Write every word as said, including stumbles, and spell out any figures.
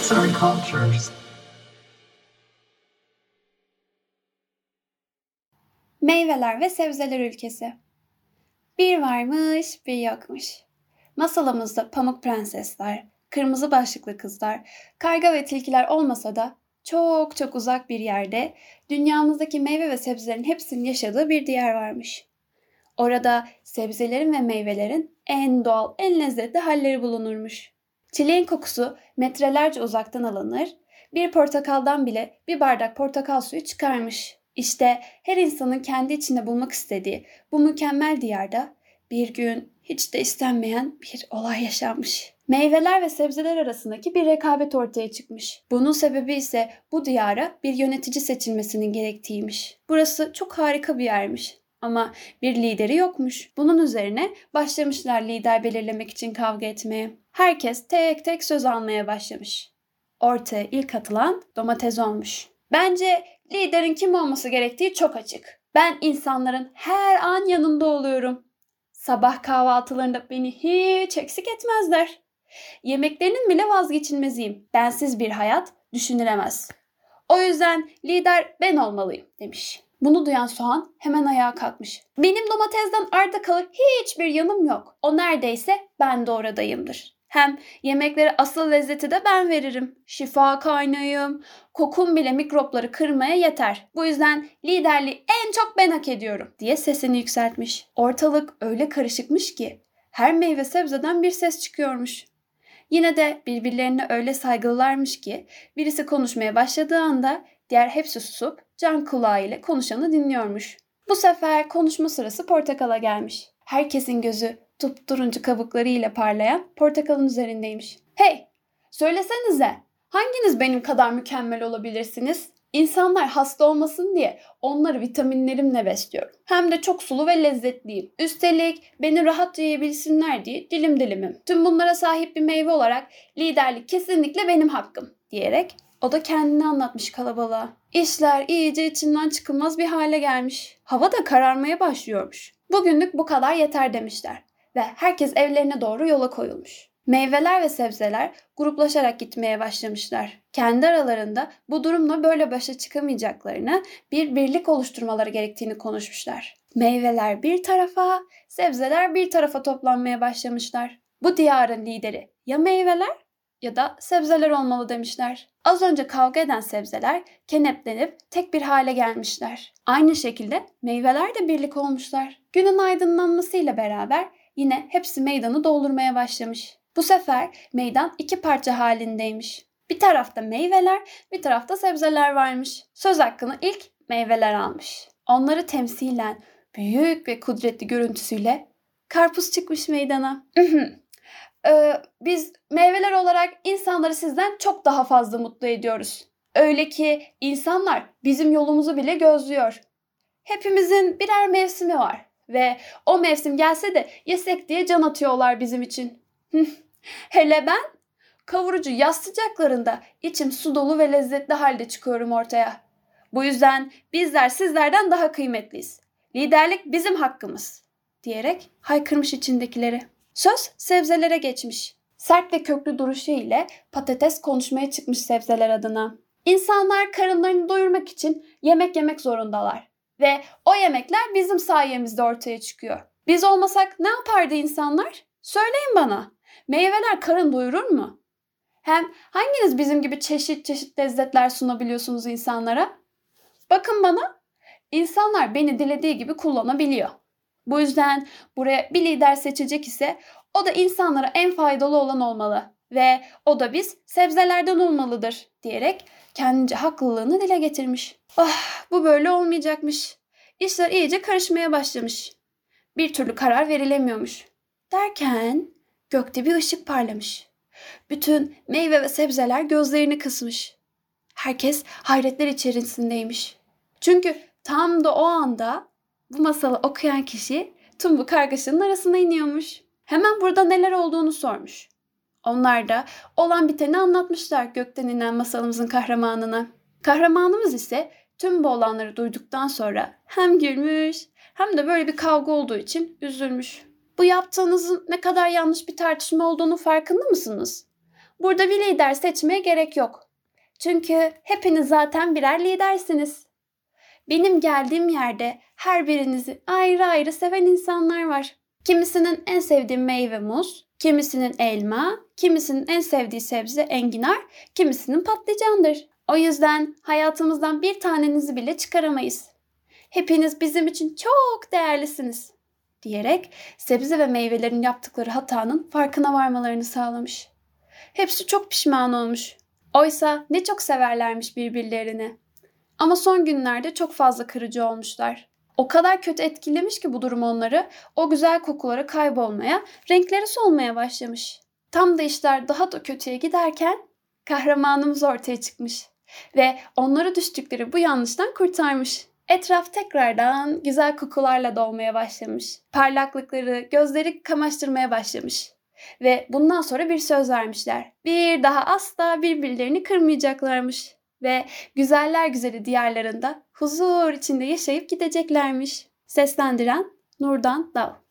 Arts and Cultures. Meyveler ve sebzeler ülkesi. Bir varmış, bir yokmuş. Masalımızda pamuk prensesler, kırmızı başlıklı kızlar, karga ve tilkiler olmasa da çok çok uzak bir yerde dünyamızdaki meyve ve sebzelerin hepsinin yaşadığı bir diyar varmış. Orada sebzelerin ve meyvelerin en doğal, en lezzetli halleri bulunurmuş. Çileğin kokusu metrelerce uzaktan alınır, bir portakaldan bile bir bardak portakal suyu çıkarmış. İşte her insanın kendi içinde bulmak istediği bu mükemmel diyarda bir gün hiç de istenmeyen bir olay yaşanmış. Meyveler ve sebzeler arasındaki bir rekabet ortaya çıkmış. Bunun sebebi ise bu diyara bir yönetici seçilmesinin gerektiğiymiş. Burası çok harika bir yermiş. Ama bir lideri yokmuş. Bunun üzerine başlamışlar lider belirlemek için kavga etmeye. Herkes tek tek söz almaya başlamış. Ortaya ilk atılan domates olmuş. Bence liderin kim olması gerektiği çok açık. Ben insanların her an yanında oluyorum. Sabah kahvaltılarında beni hiç eksik etmezler. Yemeklerinin bile vazgeçilmeziyim. Bensiz bir hayat düşünülemez. O yüzden lider ben olmalıyım demiş. Bunu duyan soğan hemen ayağa kalkmış. Benim domatesden arta kalır hiçbir yanım yok. O neredeyse ben de oradayımdır. Hem yemeklere asıl lezzeti de ben veririm. Şifa kaynağıyım. Kokum bile mikropları kırmaya yeter. Bu yüzden liderliği en çok ben hak ediyorum diye sesini yükseltmiş. Ortalık öyle karışıkmış ki her meyve sebzeden bir ses çıkıyormuş. Yine de birbirlerine öyle saygılılarmış ki birisi konuşmaya başladığı anda diğer hepsi susup can kulağı ile konuşanı dinliyormuş. Bu sefer konuşma sırası portakala gelmiş. Herkesin gözü turuncu kabuklarıyla parlayan portakalın üzerindeymiş. Hey, söylesenize, hanginiz benim kadar mükemmel olabilirsiniz? İnsanlar hasta olmasın diye onları vitaminlerimle besliyorum. Hem de çok sulu ve lezzetliyim. Üstelik beni rahat yiyebilsinler diye dilim dilimim. Tüm bunlara sahip bir meyve olarak liderlik kesinlikle benim hakkım diyerek o da kendini anlatmış kalabalığa. İşler iyice içinden çıkılmaz bir hale gelmiş. Hava da kararmaya başlıyormuş. Bugünlük bu kadar yeter demişler ve herkes evlerine doğru yola koyulmuş. Meyveler ve sebzeler gruplaşarak gitmeye başlamışlar. Kendi aralarında bu durumla böyle başa çıkamayacaklarını, bir birlik oluşturmaları gerektiğini konuşmuşlar. Meyveler bir tarafa, sebzeler bir tarafa toplanmaya başlamışlar. Bu diyarın lideri ya meyveler ya da sebzeler olmalı demişler. Az önce kavga eden sebzeler kenetlenip tek bir hale gelmişler. Aynı şekilde meyveler de birlik olmuşlar. Günün aydınlanmasıyla beraber yine hepsi meydanı doldurmaya başlamış. Bu sefer meydan iki parça halindeymiş. Bir tarafta meyveler, bir tarafta sebzeler varmış. Söz hakkını ilk meyveler almış. Onları temsilen büyük ve kudretli görüntüsüyle karpuz çıkmış meydana. Ee, biz meyveler olarak insanları sizden çok daha fazla mutlu ediyoruz. Öyle ki insanlar bizim yolumuzu bile gözlüyor. Hepimizin birer mevsimi var ve o mevsim gelse de yesek diye can atıyorlar bizim için. Hele ben kavurucu yaz sıcaklarında içim su dolu ve lezzetli halde çıkıyorum ortaya. Bu yüzden bizler sizlerden daha kıymetliyiz. Liderlik bizim hakkımız diyerek haykırmış içindekileri. Söz sebzelere geçmiş. Sert ve köklü duruşu ile patates konuşmaya çıkmış sebzeler adına. İnsanlar karınlarını doyurmak için yemek yemek zorundalar. Ve o yemekler bizim sayemizde ortaya çıkıyor. Biz olmasak ne yapardı insanlar? Söyleyin bana. Meyveler karın doyurur mu? Hem hanginiz bizim gibi çeşit çeşit lezzetler sunabiliyorsunuz insanlara? Bakın bana. İnsanlar beni dilediği gibi kullanabiliyor. Bu yüzden buraya bir lider seçecek ise o da insanlara en faydalı olan olmalı ve o da biz sebzelerden olmalıdır diyerek kendince haklılığını dile getirmiş. Ah, bu böyle olmayacakmış. İşler iyice karışmaya başlamış. Bir türlü karar verilemiyormuş. Derken gökte bir ışık parlamış. Bütün meyve ve sebzeler gözlerini kısmış. Herkes hayretler içerisindeymiş. Çünkü tam da o anda bu masalı okuyan kişi tüm bu kargaşanın arasına iniyormuş. Hemen burada neler olduğunu sormuş. Onlar da olan biteni anlatmışlar gökten inen masalımızın kahramanına. Kahramanımız ise tüm bu olanları duyduktan sonra hem gülmüş hem de böyle bir kavga olduğu için üzülmüş. Bu yaptığınızın ne kadar yanlış bir tartışma olduğunu farkında mısınız? Burada bir lider seçmeye gerek yok. Çünkü hepiniz zaten birer lidersiniz. Benim geldiğim yerde her birinizi ayrı ayrı seven insanlar var. Kimisinin en sevdiği meyve muz, kimisinin elma, kimisinin en sevdiği sebze enginar, kimisinin patlıcandır. O yüzden hayatımızdan bir tanenizi bile çıkaramayız. Hepiniz bizim için çok değerlisiniz diyerek sebze ve meyvelerin yaptıkları hatanın farkına varmalarını sağlamış. Hepsi çok pişman olmuş. Oysa ne çok severlermiş birbirlerini. Ama son günlerde çok fazla kırıcı olmuşlar. O kadar kötü etkilemiş ki bu durum onları, o güzel kokuları kaybolmaya, renkleri solmaya başlamış. Tam da işler daha da kötüye giderken kahramanımız ortaya çıkmış ve onları düştükleri bu yanlıştan kurtarmış. Etraf tekrardan güzel kokularla dolmaya başlamış. Parlaklıkları gözleri kamaştırmaya başlamış. Ve bundan sonra bir söz vermişler. Bir daha asla birbirlerini kırmayacaklarmış. Ve güzeller güzeli diyarlarında huzur içinde yaşayıp gideceklermiş. Seslendiren Nurdan Dal.